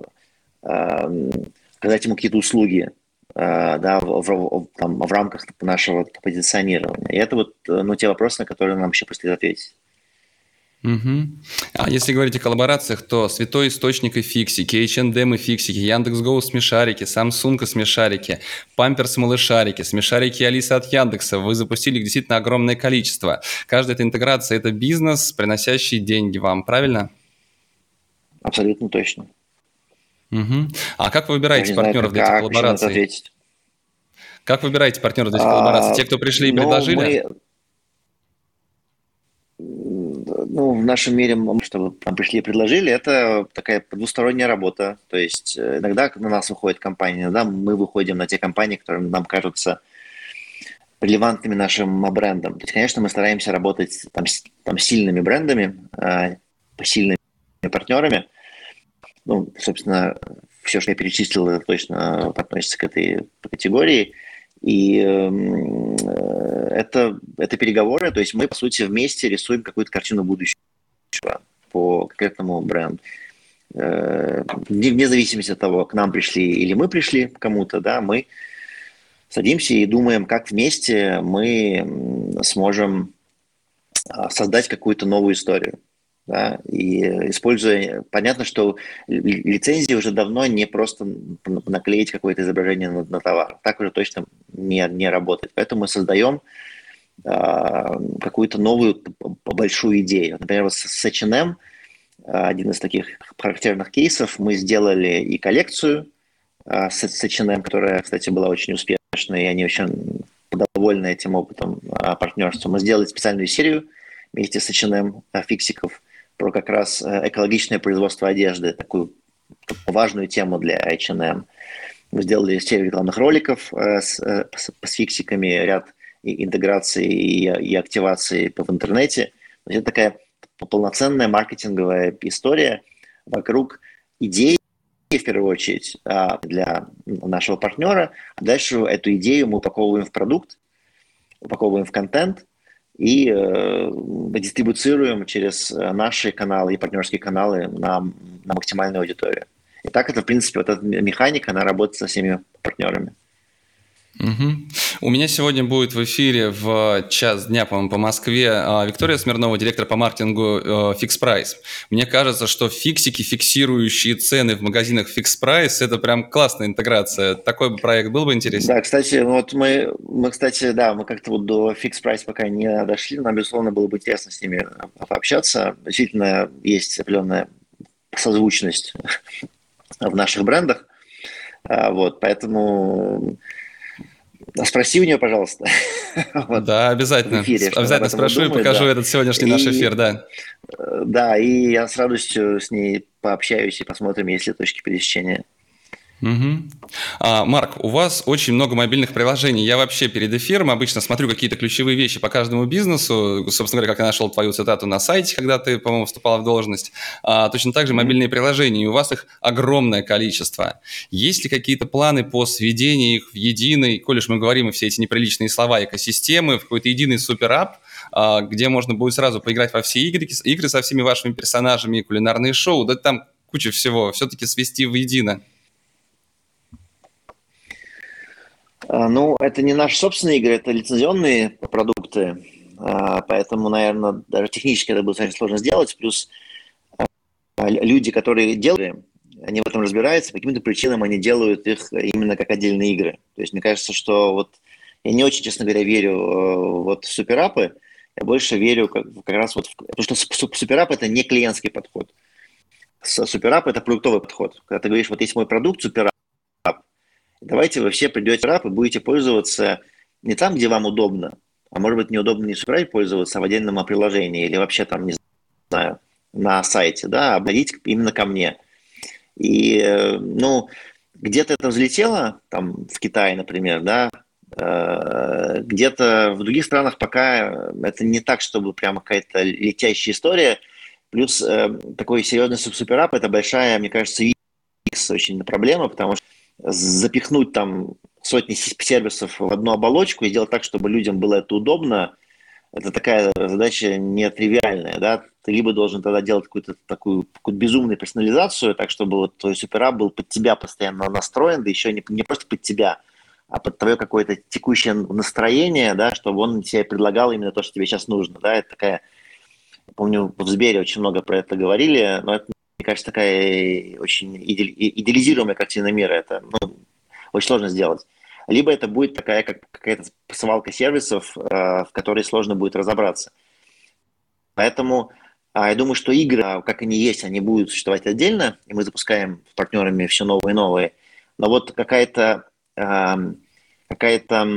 оказать ему какие-то услуги, да, в рамках нашего позиционирования. И это те вопросы, на которые нам еще предстоит ответить. Мгм. А если говорить о коллаборациях, то Святой Источник и Фиксики, H&M и Фиксики, Яндекс.Гоу смешарики, Samsung и смешарики, Памперс малышарики, смешарики и Алиса от Яндекса. Вы запустили их действительно огромное количество. Каждая эта интеграция – это бизнес, приносящий деньги вам, правильно? Абсолютно точно. Мгм. А как вы Даже выбираете не знаю, партнеров для этих как еще на это коллабораций? ответить. Как выбираете партнеров для этих коллабораций? Те, кто пришли и Ну, предложили? мы, ну, в нашем мире, чтобы нам пришли и предложили, это такая двусторонняя работа. То есть иногда на нас выходит компания, иногда мы выходим на те компании, которые нам кажутся релевантными нашим брендам. То есть, конечно, мы стараемся работать там с сильными брендами, сильными партнерами. Ну, собственно, все, что я перечислил, это точно относится к этой категории. И это переговоры, то есть мы, по сути, вместе рисуем какую-то картину будущего по конкретному бренду. Вне зависимости от того, к нам пришли или мы пришли к кому-то, да, мы садимся и думаем, как вместе мы сможем создать какую-то новую историю. Да, и используя, понятно, что лицензии уже давно не просто наклеить какое-то изображение на товар. Так уже точно не работает. Поэтому мы создаем какую-то новую большую идею. Например, вот с H&M, один из таких характерных кейсов, мы сделали и коллекцию с H&M, которая, кстати, была очень успешной, и они очень довольны этим опытом партнерства. Мы сделали специальную серию вместе с H&M фиксиков про как раз экологичное производство одежды, такую важную тему для H&M. Мы сделали серию рекламных роликов с фиксиками, ряд интеграции и активации в интернете. Это такая полноценная маркетинговая история вокруг идей, в первую очередь, для нашего партнера. А дальше эту идею мы упаковываем в продукт, упаковываем в контент и дистрибуцируем через наши каналы и партнерские каналы на максимальную аудиторию. И так это, в принципе, вот эта механика, она работает со всеми партнерами. Мгм. У меня сегодня будет в эфире в час дня, по-моему, по Москве Виктория Смирнова, директор по маркетингу Fix Price. Мне кажется, что фиксики, фиксирующие цены в магазинах Fix Price, это прям классная интеграция. Такой бы проект был бы интересен. Да, кстати, вот кстати, да, мы как-то вот до Fix Price пока не дошли, но, безусловно, было бы интересно с ними пообщаться. Действительно, есть определенная созвучность в наших брендах. Вот, поэтому спроси у нее, пожалуйста, вот, Да, в обязательно. эфире, что она об Обязательно этом вот спрошу и думает, покажу да. этот сегодняшний наш эфир, И да. да, и я с радостью с ней пообщаюсь и посмотрим, есть ли точки пересечения. Мгм. Марк, у вас очень много мобильных приложений. Я вообще перед эфиром обычно смотрю какие-то ключевые вещи по каждому бизнесу. Собственно говоря, как я нашел твою цитату на сайте, когда ты, по-моему, вступала в должность. Точно так же мобильные приложения, и у вас их огромное количество. Есть ли какие-то планы по сведению их в единый, коль уж мы говорим и все эти неприличные слова, экосистемы, в какой-то единый суперап, где можно будет сразу поиграть во все игры со всеми вашими персонажами, кулинарные шоу, да там куча всего, все-таки свести воедино? Ну, это не наши собственные игры, это лицензионные продукты, поэтому, наверное, даже технически это будет очень сложно сделать. Плюс люди, которые делают, они в этом разбираются, по каким-то причинам они делают их именно как отдельные игры. То есть мне кажется, что вот я не очень, честно говоря, верю вот в суперапы, я больше верю как раз вот потому что суперап это не клиентский подход. Суперап это продуктовый подход. Когда ты говоришь, вот есть мой продукт суперап, давайте вы все придете в суперап и будете пользоваться не там, где вам удобно, а может быть неудобно не в суперапе пользоваться, а в отдельном приложении или вообще там, не знаю, на сайте, да, обходить именно ко мне. И, ну, где-то это взлетело, там, в Китае, например, да, где-то в других странах пока это не так, чтобы прямо какая-то летящая история. Плюс такой серьезный суперап – это большая, мне кажется, UX очень проблема, потому что запихнуть там сотни сервисов в одну оболочку и сделать так, чтобы людям было это удобно, это такая задача нетривиальная, да, ты либо должен тогда делать какую-то такую безумную персонализацию, так, чтобы вот твой суперап был под тебя постоянно настроен, да еще не просто под тебя, а под твое какое-то текущее настроение, да, чтобы он тебе предлагал именно то, что тебе сейчас нужно, да, это такая помню, в Сбере очень много про это говорили, но это, мне кажется, такая очень идеализируемая картина мира. Это очень сложно сделать. Либо это будет такая как какая-то свалка сервисов, в которой сложно будет разобраться. Поэтому я думаю, что игры, как они есть, они будут существовать отдельно, и мы запускаем с партнерами все новые и новые. Но вот какая-то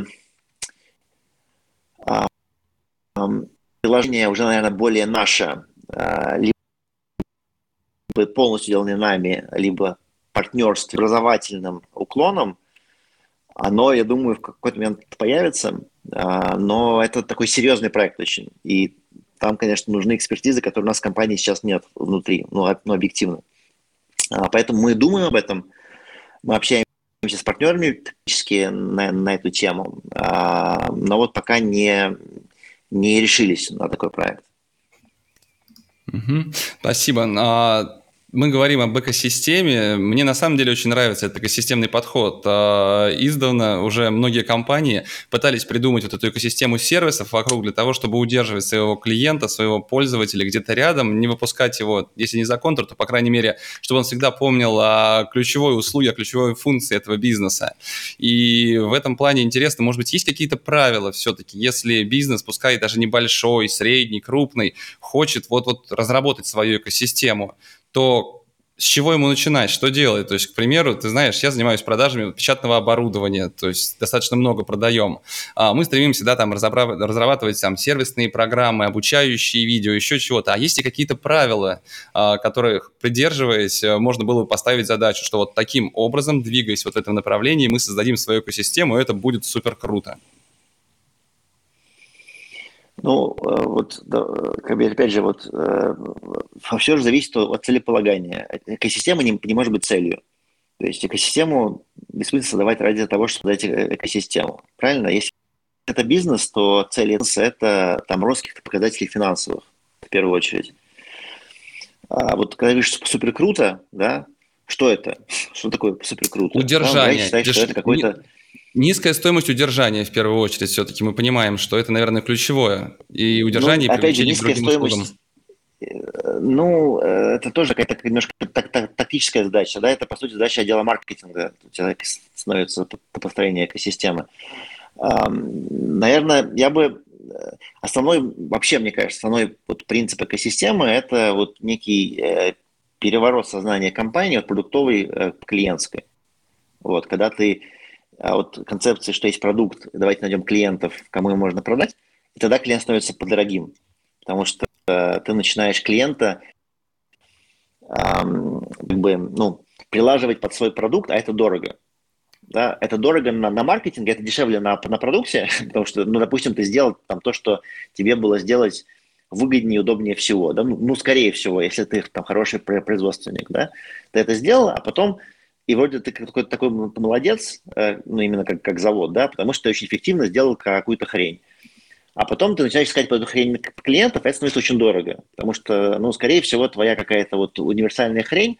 приложение уже, наверное, более наше, либо полностью сделанное нами, либо партнерстве образовательным уклоном, оно, я думаю, в какой-то момент появится, но это такой серьезный проект очень. И там, конечно, нужны экспертизы, которые у нас в компании сейчас нет внутри, объективно. Поэтому мы думаем об этом, мы общаемся с партнерами практически на эту тему, но вот пока не решились на такой проект. Спасибо. Мы говорим об экосистеме. Мне на самом деле очень нравится этот экосистемный подход. Издавна уже многие компании пытались придумать вот эту экосистему сервисов вокруг для того, чтобы удерживать своего клиента, своего пользователя где-то рядом, не выпускать его, если не за контур, то, по крайней мере, чтобы он всегда помнил о ключевой услуге, о ключевой функции этого бизнеса. И в этом плане интересно, может быть, есть какие-то правила все-таки, если бизнес, пускай даже небольшой, средний, крупный, хочет вот разработать свою экосистему, то с чего ему начинать, что делать? То есть, к примеру, ты знаешь, я занимаюсь продажами печатного оборудования, то есть достаточно много продаем. Мы стремимся, да, там разрабатывать там сервисные программы, обучающие видео, еще чего-то. А есть ли какие-то правила, которых, придерживаясь, можно было бы поставить задачу, что вот таким образом, двигаясь вот в этом направлении, мы создадим свою экосистему, и это будет супер круто? Вот, да, как бы, опять же, все же зависит от целеполагания. Экосистема не может быть целью. То есть экосистему бессмысленно создавать ради того, чтобы создать экосистему. Правильно? Если это бизнес, то цель бизнеса – это там рост каких-то показателей финансовых, в первую очередь. Вот когда говоришь супер круто, да, что это? Что такое супер круто? Удержание. Считать, что это какой-то... Низкая стоимость удержания, в первую очередь, все-таки мы понимаем, что это, наверное, ключевое. И удержание, и опять же, привлечение к низкая другим услугам. стоимость. Это тоже какая-то немножко тактическая задача, да, это, по сути, задача отдела маркетинга, у тебя становится по построению экосистемы. Наверное, основной, вообще, мне кажется, основной принцип экосистемы – это некий переворот сознания компании от продуктовой к клиентской. Когда ты концепция, что есть продукт, давайте найдем клиентов, кому его можно продать, и тогда клиент становится подорогим, потому что ты начинаешь клиента прилаживать под свой продукт, а это дорого. Да? Это дорого на маркетинге, это дешевле на продукте, потому что, допустим, ты сделал там то, что тебе было сделать выгоднее и удобнее всего. Да? Скорее всего, если ты там хороший производственник. Да? Ты это сделал, а потом и вроде ты какой-то такой молодец, именно как завод, да, потому что ты очень эффективно сделал какую-то хрень. А потом ты начинаешь искать по эту хрень клиентов, и это становится очень дорого. Потому что, скорее всего, твоя какая-то универсальная хрень,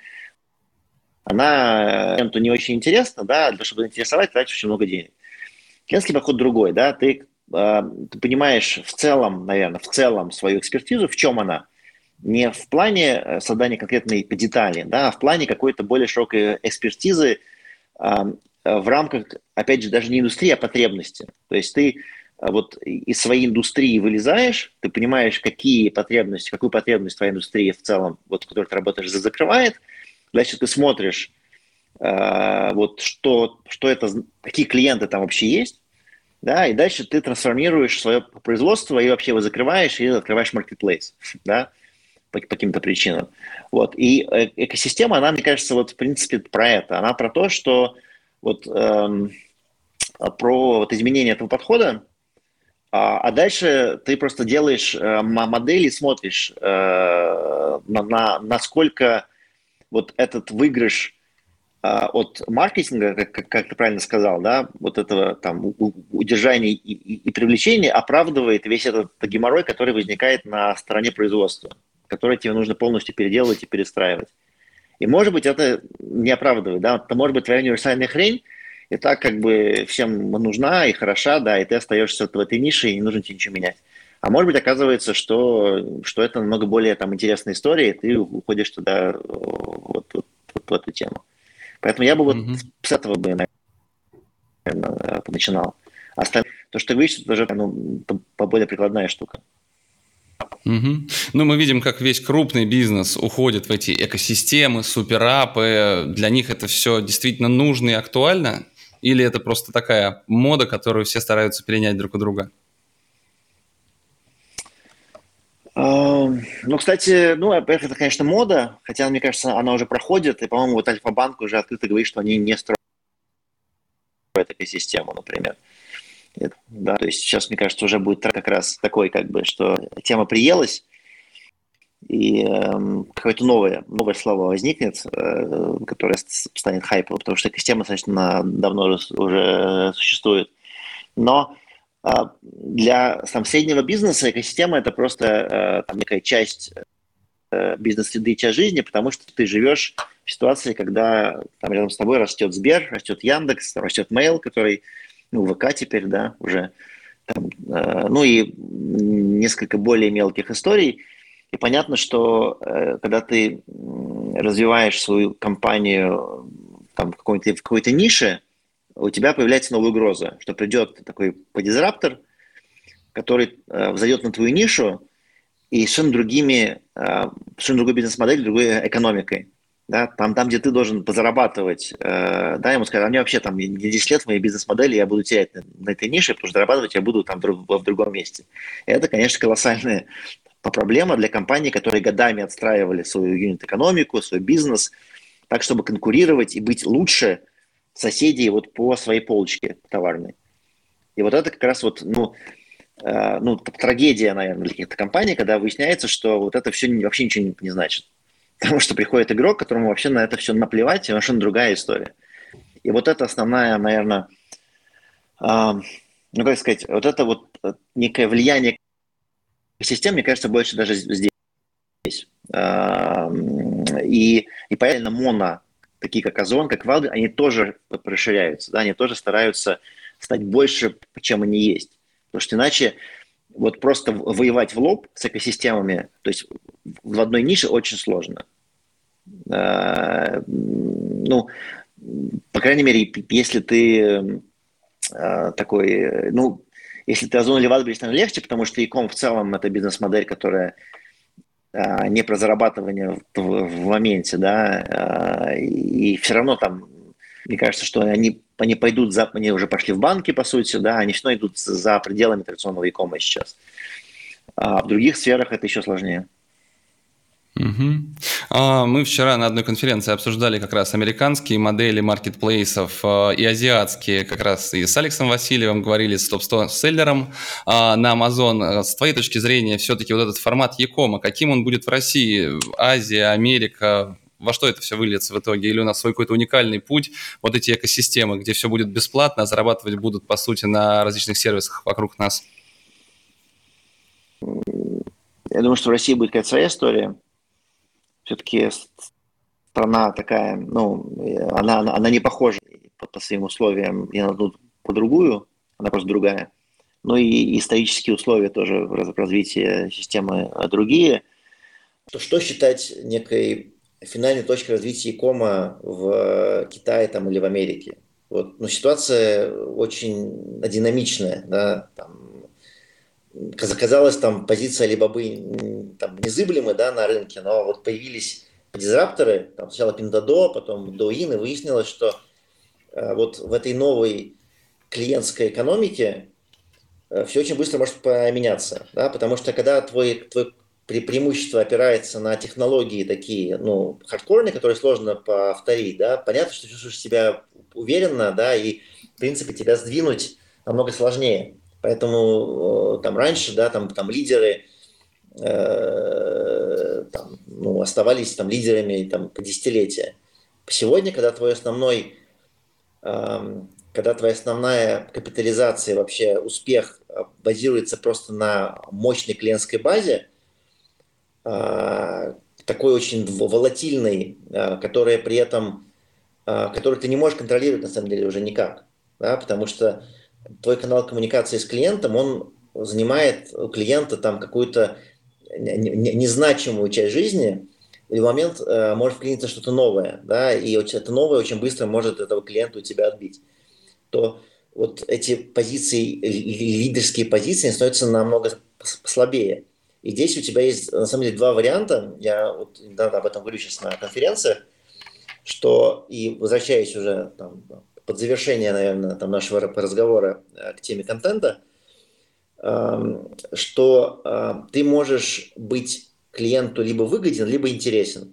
она клиенту не очень интересна, да, для того, чтобы заинтересовать, тратишь очень много денег. Клиентский подход другой, да, ты понимаешь в целом свою экспертизу, в чем она. Не в плане создания конкретной детали, да, а в плане какой-то более широкой экспертизы в рамках, опять же, даже не индустрии, а потребности. То есть ты из своей индустрии вылезаешь, ты понимаешь, какую потребность твоя индустрия в целом, в которой ты работаешь, закрывает. Дальше ты смотришь, что это, какие клиенты там вообще есть, да, и дальше ты трансформируешь свое производство и вообще его закрываешь, и открываешь маркетплейс, да, по каким-то причинам. И экосистема, она, мне кажется, в принципе, про это. Она про то, что про изменение этого подхода, а дальше ты просто делаешь модели, смотришь, насколько этот выигрыш от маркетинга, как ты правильно сказал, да, этого там удержания и привлечения оправдывает весь этот геморрой, который возникает на стороне производства, который тебе нужно полностью переделывать и перестраивать. И, может быть, это не оправдывает, да, это может быть твоя универсальная хрень, и так всем нужна и хороша, да, и ты остаешься в этой нише, и не нужно тебе ничего менять. А может быть, оказывается, что это намного более там интересная история, и ты уходишь туда, вот в эту тему. Поэтому я бы вот Мгм. с этого бы, наверное, начинал. То, что ты говоришь, это уже ну, более прикладная штука. Мгм. Ну, мы видим, как весь крупный бизнес уходит в эти экосистемы, суперапы. Для них это все действительно нужно и актуально? Или это просто такая мода, которую все стараются перенять друг у друга? Ну, кстати, ну, это, конечно, мода, хотя, мне кажется, она уже проходит, и, по-моему, вот Альфа-банк уже открыто говорит, что они не строят экосистему, например. Да, то есть сейчас, мне кажется, уже будет как раз такой, как бы, что тема приелась, и какое-то новое слово возникнет, которое станет хайпом, потому что экосистема, достаточно давно уже существует. Но для там, среднего бизнеса экосистема – это просто там, некая часть бизнес-среды и часть жизни, потому что ты живешь в ситуации, когда там рядом с тобой растет Сбер, растет Яндекс, растет Mail, который, ну, ВК теперь, да, уже, там, ну и несколько более мелких историй. И понятно, что когда ты развиваешь свою компанию там, в какой-то нише, у тебя появляется новая угроза, что придет такой подизраптор, который взойдет на твою нишу и совершенно другой бизнес-моделью, другой экономикой. Да, там, где ты должен позарабатывать, да, ему сказать, а мне вообще там 10 лет в моей бизнес-модели я буду терять на этой нише, потому что зарабатывать я буду там в другом месте. И это, конечно, колоссальная проблема для компаний, которые годами отстраивали свою юнит-экономику, свой бизнес, так, чтобы конкурировать и быть лучше соседей вот по своей полочке товарной. И вот это как раз вот, ну, трагедия, наверное, для каких-то компаний, когда выясняется, что вот это все вообще ничего не значит. Потому что приходит игрок, которому вообще на это все наплевать, и совершенно другая история. И вот это основная, наверное, ну, как сказать, вот это вот некое влияние систем, мне кажется, больше даже здесь. И поэтому моно, такие как Озон, как Валды, они тоже расширяются, да, они тоже стараются стать больше, чем они есть. Потому что иначе вот просто воевать в лоб с экосистемами, то есть в одной нише очень сложно. Ну, по крайней мере, если ты такой, ну, если ты Озон или Валберис, там легче, потому что Ecom в целом это бизнес-модель, которая не про зарабатывание в моменте, да, и все равно там, мне кажется, что они пойдут они уже пошли в банки, по сути, да, они все равно идут за пределами традиционного e сейчас. А в других сферах это еще сложнее. Мгм. Мы вчера на одной конференции обсуждали как раз американские модели маркетплейсов и азиатские, как раз и с Алексом Васильевым говорили, с топ-100 селлером на Amazon. С твоей точки зрения, все-таки вот этот формат e-кома, каким он будет в России, Азия, Америка, во что это все выльется в итоге? Или у нас свой какой-то уникальный путь, вот эти экосистемы, где все будет бесплатно, а зарабатывать будут, по сути, на различных сервисах вокруг нас? Я думаю, что в России будет какая-то своя история. Все-таки страна такая, ну, она не похожа по своим условиям ни на одну по другую, она просто другая. Ну и исторические условия тоже развития системы другие. Что считать некой финальной точкой развития икома в Китае там, или в Америке? Вот, ну, ситуация очень динамичная. Да? Там, казалось, там позиция Алибабы там, незыблемая, да, на рынке, но вот появились дизрапторы, там, сначала Pinduoduo, потом Douyin, и выяснилось, что вот в этой новой клиентской экономике все очень быстро может поменяться, да, потому что когда твой преимущество опирается на технологии такие, ну, хардкорные, которые сложно повторить, да, понятно, что ты чувствуешь себя уверенно, да, и, в принципе, тебя сдвинуть намного сложнее. Поэтому там раньше, да, там лидеры там, ну, оставались там лидерами там, по десятилетия. Сегодня, когда твоя основная капитализация, вообще успех базируется просто на мощной клиентской базе, такой очень волатильной, которая при этом, которую ты не можешь контролировать на самом деле уже никак, да, потому что твой канал коммуникации с клиентом, он занимает у клиента там какую-то незначимую часть жизни, в любой момент может вклиниться что-то новое, да, и это новое очень быстро может этого клиента у тебя отбить. То вот эти позиции, лидерские позиции, становятся намного слабее. И здесь у тебя есть, на самом деле, два варианта. Я вот недавно об этом говорю сейчас на конференциях, что, и возвращаясь уже там, под завершение, наверное, там, нашего разговора к теме контента, что ты можешь быть клиенту либо выгоден, либо интересен.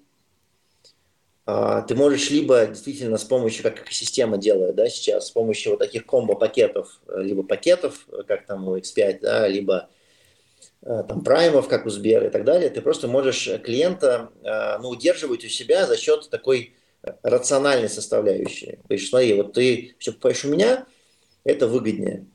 Ты можешь либо действительно с помощью, как экосистема делает, да, сейчас, с помощью вот таких комбо-пакетов, либо пакетов, как там у X5, да, либо там праймов, как у Сбера и так далее, ты просто можешь клиента удерживать у себя за счет такой рациональной составляющей. То есть, смотри, вот ты все покупаешь у меня, это выгоднее.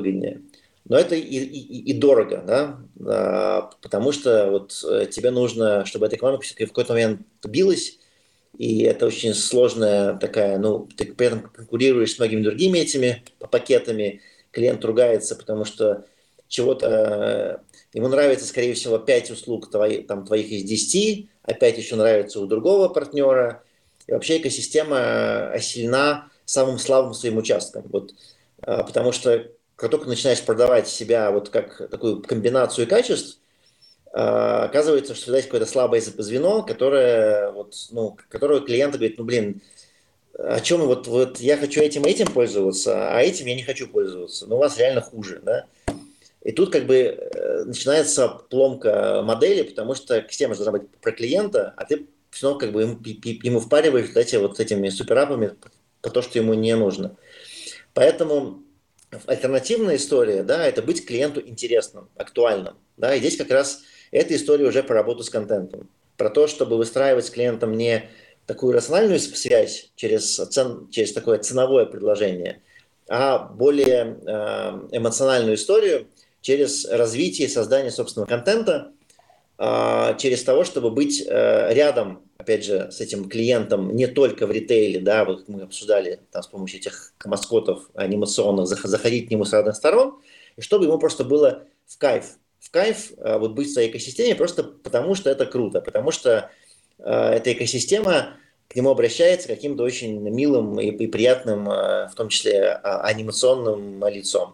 Но это и дорого, да, потому что вот тебе нужно, чтобы эта экономика в какой-то момент билась, и это очень сложная такая, ты при этом конкурируешь с многими другими этими пакетами, клиент ругается, потому что чего-то ему нравится, скорее всего, 5 услуг твоих из 10, а 5 еще нравится у другого партнера. И вообще экосистема осильна самым слабым своим участком. Вот, потому что как только начинаешь продавать себя вот как такую комбинацию качеств, оказывается, что всегда есть какое-то слабое звено, которое клиент говорит, о чем вот я хочу этим пользоваться, а этим я не хочу пользоваться. Но у вас реально хуже, да? И тут как бы начинается поломка модели, потому что система должна быть про клиента, а ты все равно как бы ему впариваешь вот этими суперапами по то, что ему не нужно. Поэтому альтернативная история, да, это быть клиенту интересным, актуальным. Да, и здесь как раз эта история уже про работу с контентом. Про то, чтобы выстраивать с клиентом не такую рациональную связь через такое ценовое предложение, а более эмоциональную историю через развитие и создание собственного контента, через того, чтобы быть рядом, опять же, с этим клиентом не только в ритейле, да, вот мы обсуждали там, с помощью этих маскотов анимационных, заходить к нему с разных сторон, и чтобы ему просто было в кайф вот быть в своей экосистеме просто потому, что это круто, потому что эта экосистема к нему обращается каким-то очень милым и приятным, в том числе анимационным лицом.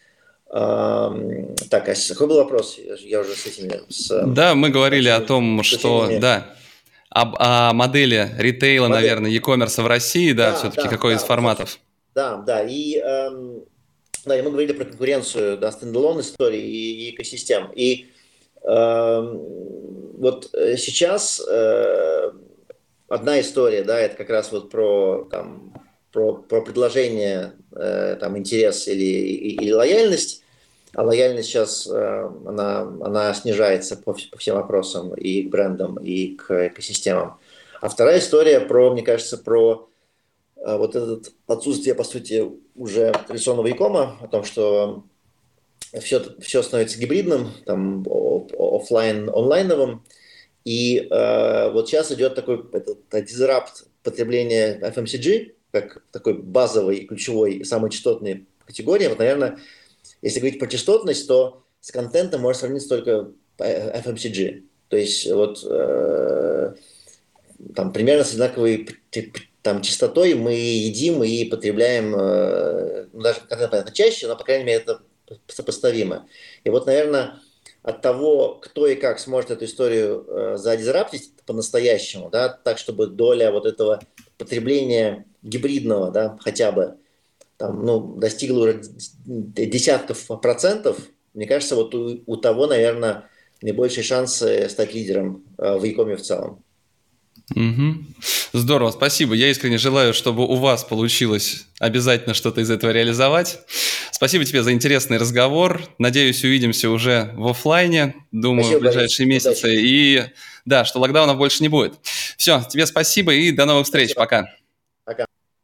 Так, Ася, какой был вопрос? Я уже с этими... Да, мы говорили о том, что... Да, о модели ритейла, наверное, e-commerce в России, да, все-таки какой из форматов. Да, и мы говорили про конкуренцию, да, стендалон истории и экосистем. И вот сейчас одна история, да, это как раз вот про предложение, интерес или лояльность. А лояльность сейчас, она снижается по всем вопросам, и к брендам, и к экосистемам. А вторая история мне кажется, про вот это отсутствие, по сути, уже традиционного e-кома, о том, что все становится гибридным, там, офлайн, онлайновым. И вот сейчас идет такой дизрапт потребления FMCG, как такой базовой, ключевой, самой частотной категории. Вот, наверное, если говорить про частотность, то с контентом можно сравниться только FMCG. То есть вот там примерно с одинаковой частотой мы едим и потребляем, даже контент, понятно, чаще, но, по крайней мере, это сопоставимо. И вот, наверное, от того, кто и как сможет эту историю задизраптить по-настоящему, да, так, чтобы доля вот этого потребления гибридного, да, хотя бы достигла уже десятков процентов, мне кажется, вот у того, наверное, наибольшие шансы стать лидером в e-коме в целом. Угу. Здорово, спасибо. Я искренне желаю, чтобы у вас получилось обязательно что-то из этого реализовать. Спасибо тебе за интересный разговор. Надеюсь, увидимся уже в офлайне, думаю, спасибо, в ближайшие месяцы. Удачи. И да, что локдаунов больше не будет. Все, тебе спасибо и до новых встреч. Спасибо. Пока. Пока.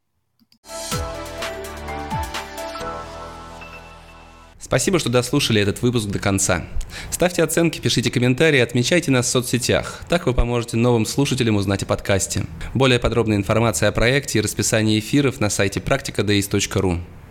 Спасибо, что дослушали этот выпуск до конца. Ставьте оценки, пишите комментарии, отмечайте нас в соцсетях. Так вы поможете новым слушателям узнать о подкасте. Более подробная информация о проекте и расписании эфиров на сайте practicaDays.ru.